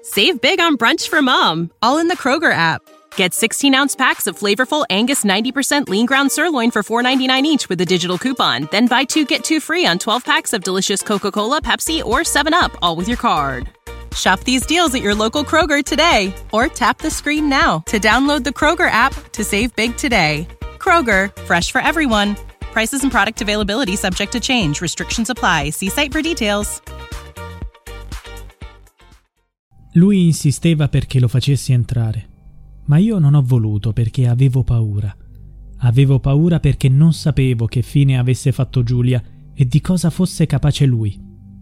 Save big on brunch for mom, all in the Kroger app. Get 16-ounce packs of flavorful Angus 90% lean ground sirloin for $4.99 each with a digital coupon. Then buy 2, get 2 free on 12 packs of delicious Coca-Cola, Pepsi, or 7-Up, all with your card. Shop these deals at your local Kroger today, or tap the screen now to download the Kroger app to save big today. Kroger, fresh for everyone. Prices and product availability subject to change. Restrictions apply. See site for details. Lui insisteva perché lo facessi entrare, ma io non ho voluto perché avevo paura. Avevo paura perché non sapevo che fine avesse fatto Giulia e di cosa fosse capace lui.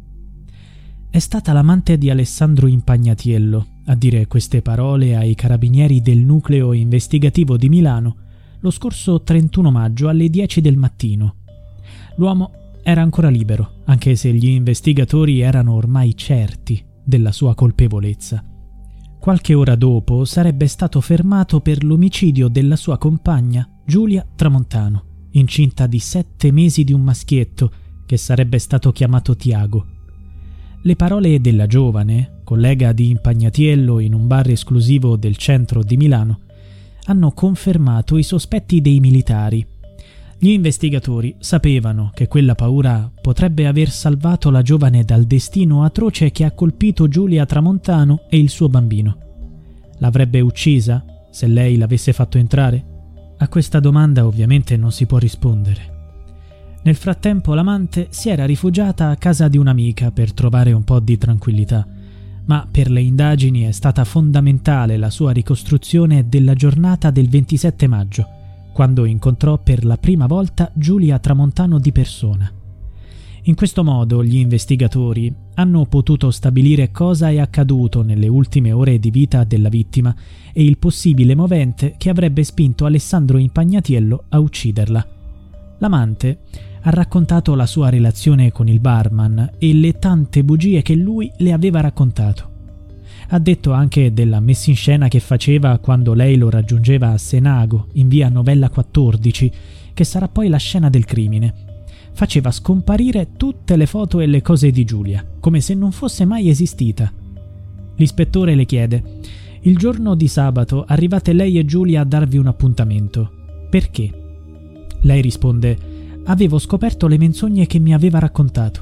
È stata l'amante di Alessandro Impagnatiello a dire queste parole ai carabinieri del nucleo investigativo di Milano lo scorso 31 maggio alle 10 del mattino. L'uomo era ancora libero, anche se gli investigatori erano ormai certi della sua colpevolezza. Qualche ora dopo sarebbe stato fermato per l'omicidio della sua compagna Giulia Tramontano, incinta di 7 mesi di un maschietto che sarebbe stato chiamato Tiago. Le parole della giovane, collega di Impagnatiello in un bar esclusivo del centro di Milano, hanno confermato i sospetti dei militari. Gli investigatori sapevano che quella paura potrebbe aver salvato la giovane dal destino atroce che ha colpito Giulia Tramontano e il suo bambino. L'avrebbe uccisa se lei l'avesse fatto entrare? A questa domanda ovviamente non si può rispondere. Nel frattempo l'amante si era rifugiata a casa di un'amica per trovare un po' di tranquillità, ma per le indagini è stata fondamentale la sua ricostruzione della giornata del 27 maggio, quando incontrò per la prima volta Giulia Tramontano di persona. In questo modo gli investigatori hanno potuto stabilire cosa è accaduto nelle ultime ore di vita della vittima e il possibile movente che avrebbe spinto Alessandro Impagnatiello a ucciderla. L'amante ha raccontato la sua relazione con il barman e le tante bugie che lui le aveva raccontato. Ha detto anche della messinscena che faceva quando lei lo raggiungeva a Senago, in via Novella 14, che sarà poi la scena del crimine. Faceva scomparire tutte le foto e le cose di Giulia, come se non fosse mai esistita. L'ispettore le chiede: «Il giorno di sabato arrivate lei e Giulia a darvi un appuntamento. Perché?» Lei risponde: «Avevo scoperto le menzogne che mi aveva raccontato».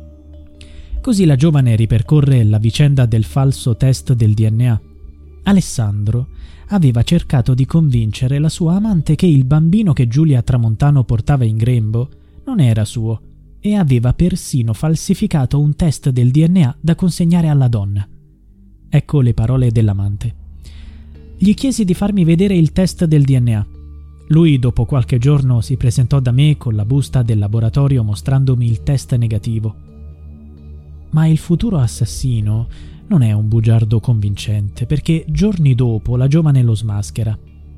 Così la giovane ripercorre la vicenda del falso test del DNA. Alessandro aveva cercato di convincere la sua amante che il bambino che Giulia Tramontano portava in grembo non era suo e aveva persino falsificato un test del DNA da consegnare alla donna. Ecco le parole dell'amante. «Gli chiesi di farmi vedere il test del DNA. Lui dopo qualche giorno si presentò da me con la busta del laboratorio mostrandomi il test negativo. Ma il futuro assassino non è un bugiardo convincente, perché giorni dopo la giovane lo smaschera.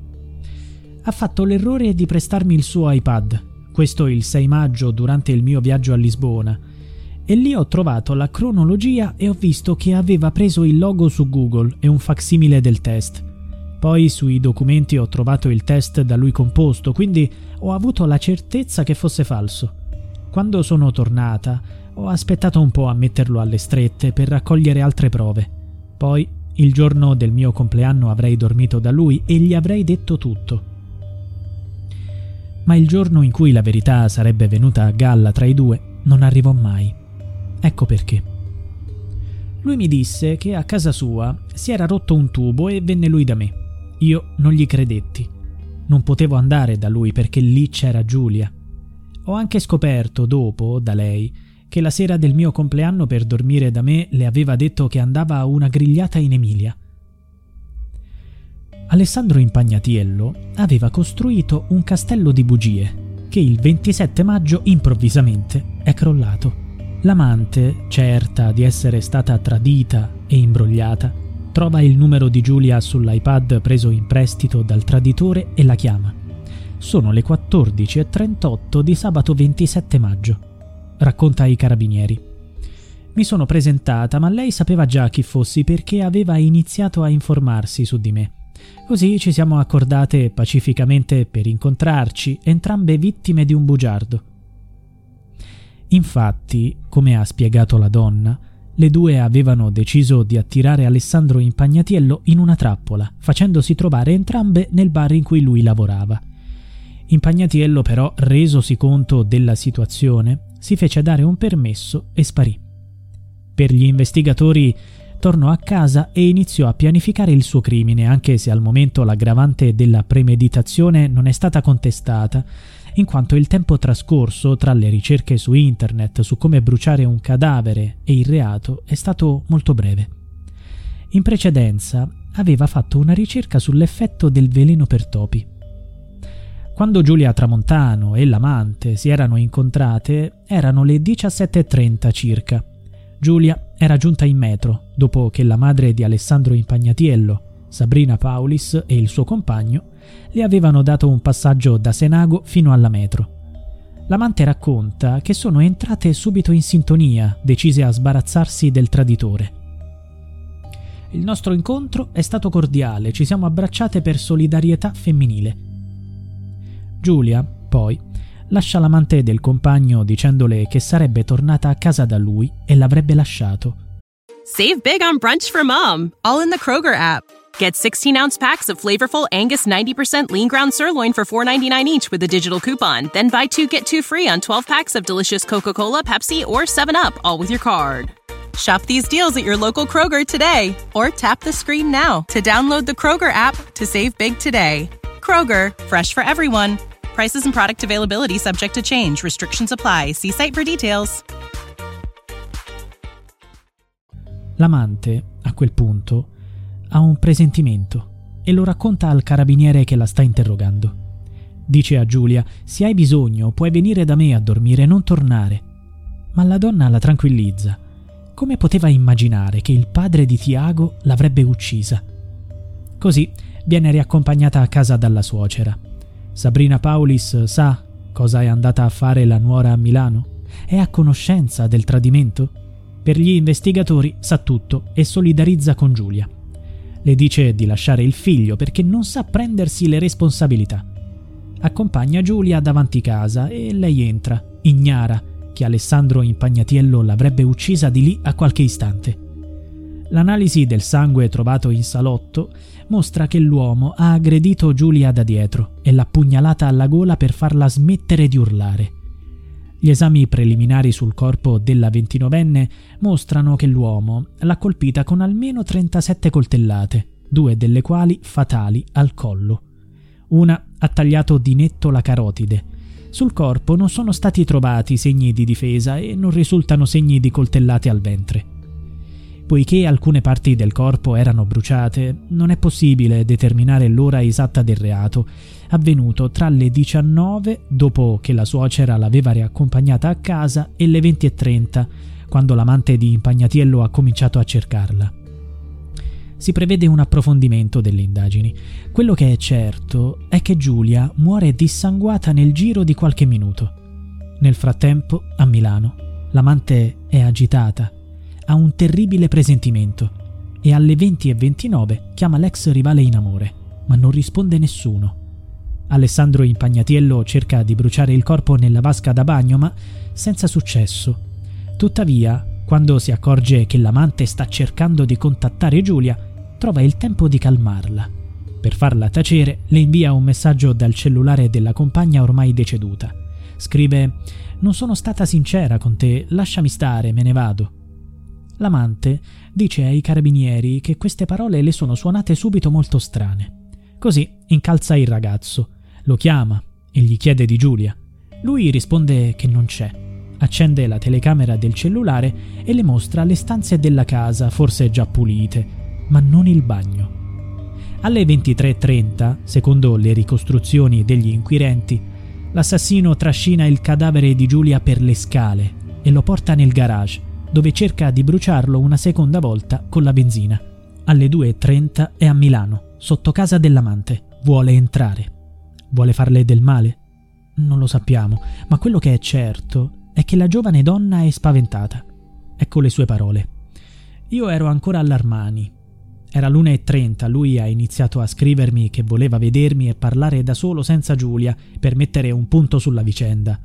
Ha fatto l'errore di prestarmi il suo iPad, questo il 6 maggio durante il mio viaggio a Lisbona, e lì ho trovato la cronologia e ho visto che aveva preso il logo su Google e un facsimile del test. Poi sui documenti ho trovato il test da lui composto, quindi ho avuto la certezza che fosse falso. Quando sono tornata ho aspettato un po' a metterlo alle strette per raccogliere altre prove. Poi, il giorno del mio compleanno, avrei dormito da lui e gli avrei detto tutto. Ma il giorno in cui la verità sarebbe venuta a galla tra i due non arrivò mai. Ecco perché. Lui mi disse che a casa sua si era rotto un tubo e venne lui da me. Io non gli credetti. Non potevo andare da lui perché lì c'era Giulia. Ho anche scoperto dopo, da lei, che la sera del mio compleanno per dormire da me le aveva detto che andava a una grigliata in Emilia. Alessandro Impagnatiello aveva costruito un castello di bugie che il 27 maggio improvvisamente è crollato. L'amante, certa di essere stata tradita e imbrogliata, trova il numero di Giulia sull'iPad preso in prestito dal traditore e la chiama. Sono le 14:38 di sabato 27 maggio. Racconta ai carabinieri. Mi sono presentata, ma lei sapeva già chi fossi perché aveva iniziato a informarsi su di me. Così ci siamo accordate pacificamente per incontrarci, entrambe vittime di un bugiardo. Infatti, come ha spiegato la donna, Le due avevano deciso di attirare Alessandro Impagnatiello in una trappola, facendosi trovare entrambe nel bar in cui lui lavorava. Impagnatiello però, resosi conto della situazione, si fece dare un permesso e sparì. Per gli investigatori tornò a casa e iniziò a pianificare il suo crimine, anche se al momento l'aggravante della premeditazione non è stata contestata, in quanto il tempo trascorso tra le ricerche su internet su come bruciare un cadavere e il reato è stato molto breve. In precedenza aveva fatto una ricerca sull'effetto del veleno per topi. Quando Giulia Tramontano e l'amante si erano incontrate erano le 17:30 circa. Giulia era giunta in metro dopo che la madre di Alessandro Impagnatiello, Sabrina Paulis, e il suo compagno le avevano dato un passaggio da Senago fino alla metro. L'amante racconta che sono entrate subito in sintonia, decise a sbarazzarsi del traditore. Il nostro incontro è stato cordiale, ci siamo abbracciate per solidarietà femminile. Giulia, poi, lascia l'amante del compagno dicendole che sarebbe tornata a casa da lui e l'avrebbe lasciato. Save big on brunch for mom, all in the Kroger app. Get 16-ounce packs of flavorful Angus 90% lean ground sirloin for $4.99 each with a digital coupon. Then buy 2, get 2 free on 12 packs of delicious Coca-Cola, Pepsi, or 7-Up, all with your card. Shop these deals at your local Kroger today, or tap the screen now to download the Kroger app to save big today. Kroger, fresh for everyone. Prices and product availability subject to change. Restrictions apply. See site for details. L'amante, a quel punto, ha un presentimento e lo racconta al carabiniere che la sta interrogando. Dice a Giulia: se hai bisogno puoi venire da me a dormire, non tornare. Ma la donna la tranquillizza. Come poteva immaginare che il padre di Tiago l'avrebbe uccisa? Così viene riaccompagnata a casa dalla suocera. Sabrina Paulis sa cosa è andata a fare la nuora a Milano? È a conoscenza del tradimento? Per gli investigatori sa tutto e solidarizza con Giulia. Le dice di lasciare il figlio perché non sa prendersi le responsabilità. Accompagna Giulia davanti casa e lei entra, ignara che Alessandro Impagnatiello l'avrebbe uccisa di lì a qualche istante. L'analisi del sangue trovato in salotto mostra che l'uomo ha aggredito Giulia da dietro e l'ha pugnalata alla gola per farla smettere di urlare. Gli esami preliminari sul corpo della 29enne mostrano che l'uomo l'ha colpita con almeno 37 coltellate, 2 delle quali fatali al collo. Una ha tagliato di netto la carotide. Sul corpo non sono stati trovati segni di difesa e non risultano segni di coltellate al ventre. Poiché alcune parti del corpo erano bruciate, non è possibile determinare l'ora esatta del reato, avvenuto tra le 19, dopo che la suocera l'aveva riaccompagnata a casa, e le 20:30, quando l'amante di Impagnatiello ha cominciato a cercarla. Si prevede un approfondimento delle indagini. Quello che è certo è che Giulia muore dissanguata nel giro di qualche minuto. Nel frattempo, a Milano, l'amante è agitata, ha un terribile presentimento e alle 20:29 chiama l'ex rivale in amore, ma non risponde nessuno. Alessandro Impagnatiello cerca di bruciare il corpo nella vasca da bagno, ma senza successo. Tuttavia, quando si accorge che l'amante sta cercando di contattare Giulia, trova il tempo di calmarla. Per farla tacere, le invia un messaggio dal cellulare della compagna ormai deceduta. Scrive: «Non sono stata sincera con te, lasciami stare, me ne vado». L'amante dice ai carabinieri che queste parole le sono suonate subito molto strane. Così incalza il ragazzo, lo chiama e gli chiede di Giulia. Lui risponde che non c'è. Accende la telecamera del cellulare e le mostra le stanze della casa, forse già pulite, ma non il bagno. Alle 23:30, secondo le ricostruzioni degli inquirenti, l'assassino trascina il cadavere di Giulia per le scale e lo porta nel garage, dove cerca di bruciarlo una seconda volta con la benzina. Alle 2:30 è a Milano, sotto casa dell'amante. Vuole entrare. Vuole farle del male? Non lo sappiamo, ma quello che è certo è che la giovane donna è spaventata. Ecco le sue parole. «Io ero ancora all'Armani. Era l'1:30, lui ha iniziato a scrivermi che voleva vedermi e parlare da solo senza Giulia per mettere un punto sulla vicenda.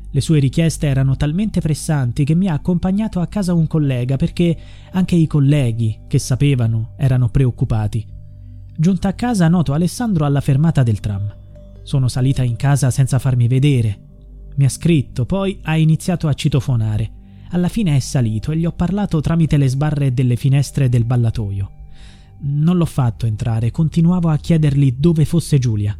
Le sue richieste erano talmente pressanti che mi ha accompagnato a casa un collega perché anche i colleghi, che sapevano, erano preoccupati. Giunta a casa noto Alessandro alla fermata del tram. Sono salita in casa senza farmi vedere. Mi ha scritto, poi ha iniziato a citofonare. Alla fine è salito e gli ho parlato tramite le sbarre delle finestre del ballatoio. Non l'ho fatto entrare, continuavo a chiedergli dove fosse Giulia.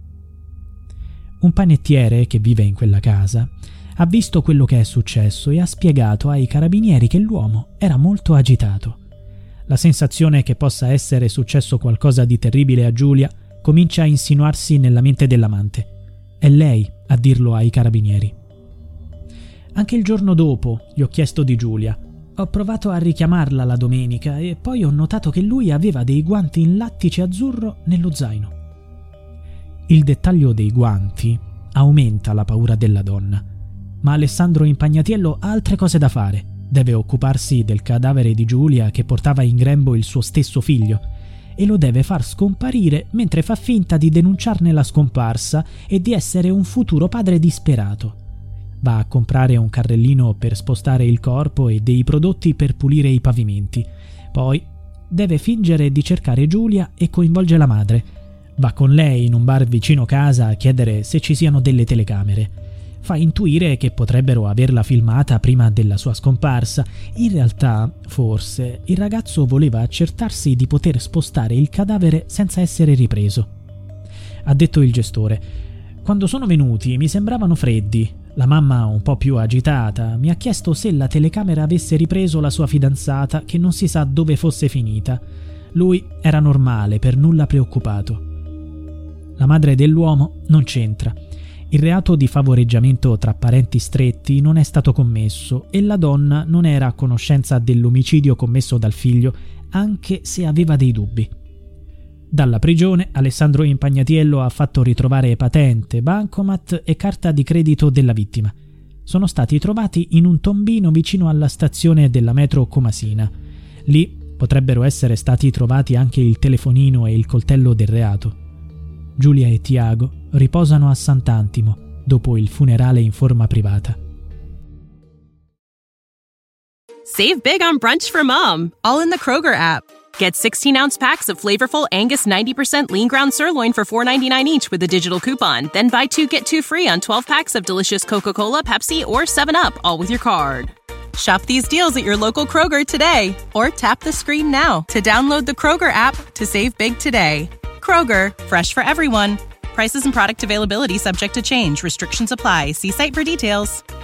Un panettiere che vive in quella casa ha visto quello che è successo e ha spiegato ai carabinieri che l'uomo era molto agitato. La sensazione che possa essere successo qualcosa di terribile a Giulia comincia a insinuarsi nella mente dell'amante. È lei a dirlo ai carabinieri. Anche il giorno dopo gli ho chiesto di Giulia. Ho provato a richiamarla la domenica e poi ho notato che lui aveva dei guanti in lattice azzurro nello zaino. Il dettaglio dei guanti aumenta la paura della donna, ma Alessandro Impagnatiello ha altre cose da fare. Deve occuparsi del cadavere di Giulia che portava in grembo il suo stesso figlio e lo deve far scomparire mentre fa finta di denunciarne la scomparsa e di essere un futuro padre disperato. Va a comprare un carrellino per spostare il corpo e dei prodotti per pulire i pavimenti. Poi deve fingere di cercare Giulia e coinvolge la madre. Va con lei in un bar vicino casa a chiedere se ci siano delle telecamere. Fa intuire che potrebbero averla filmata prima della sua scomparsa. In realtà, forse, il ragazzo voleva accertarsi di poter spostare il cadavere senza essere ripreso. Ha detto il gestore: «Quando sono venuti mi sembravano freddi. La mamma, un po' più agitata, mi ha chiesto se la telecamera avesse ripreso la sua fidanzata che non si sa dove fosse finita. Lui era normale, per nulla preoccupato». La madre dell'uomo non c'entra. Il reato di favoreggiamento tra parenti stretti non è stato commesso e la donna non era a conoscenza dell'omicidio commesso dal figlio, anche se aveva dei dubbi. Dalla prigione Alessandro Impagnatiello ha fatto ritrovare patente, bancomat e carta di credito della vittima. Sono stati trovati in un tombino vicino alla stazione della metro Comasina. Lì potrebbero essere stati trovati anche il telefonino e il coltello del reato. Giulia e Tiago riposano a Sant'Antimo dopo il funerale in forma privata. Save big on brunch for mom, all in the Kroger app. Get 16-ounce packs of flavorful Angus 90% lean ground sirloin for $4.99 each with a digital coupon. Then buy 2, get 2 free on 12 packs of delicious Coca-Cola, Pepsi, or 7-Up, all with your card. Shop these deals at your local Kroger today, or tap the screen now to download the Kroger app to save big today. Kroger, fresh for everyone. Prices and product availability subject to change. Restrictions apply. See site for details.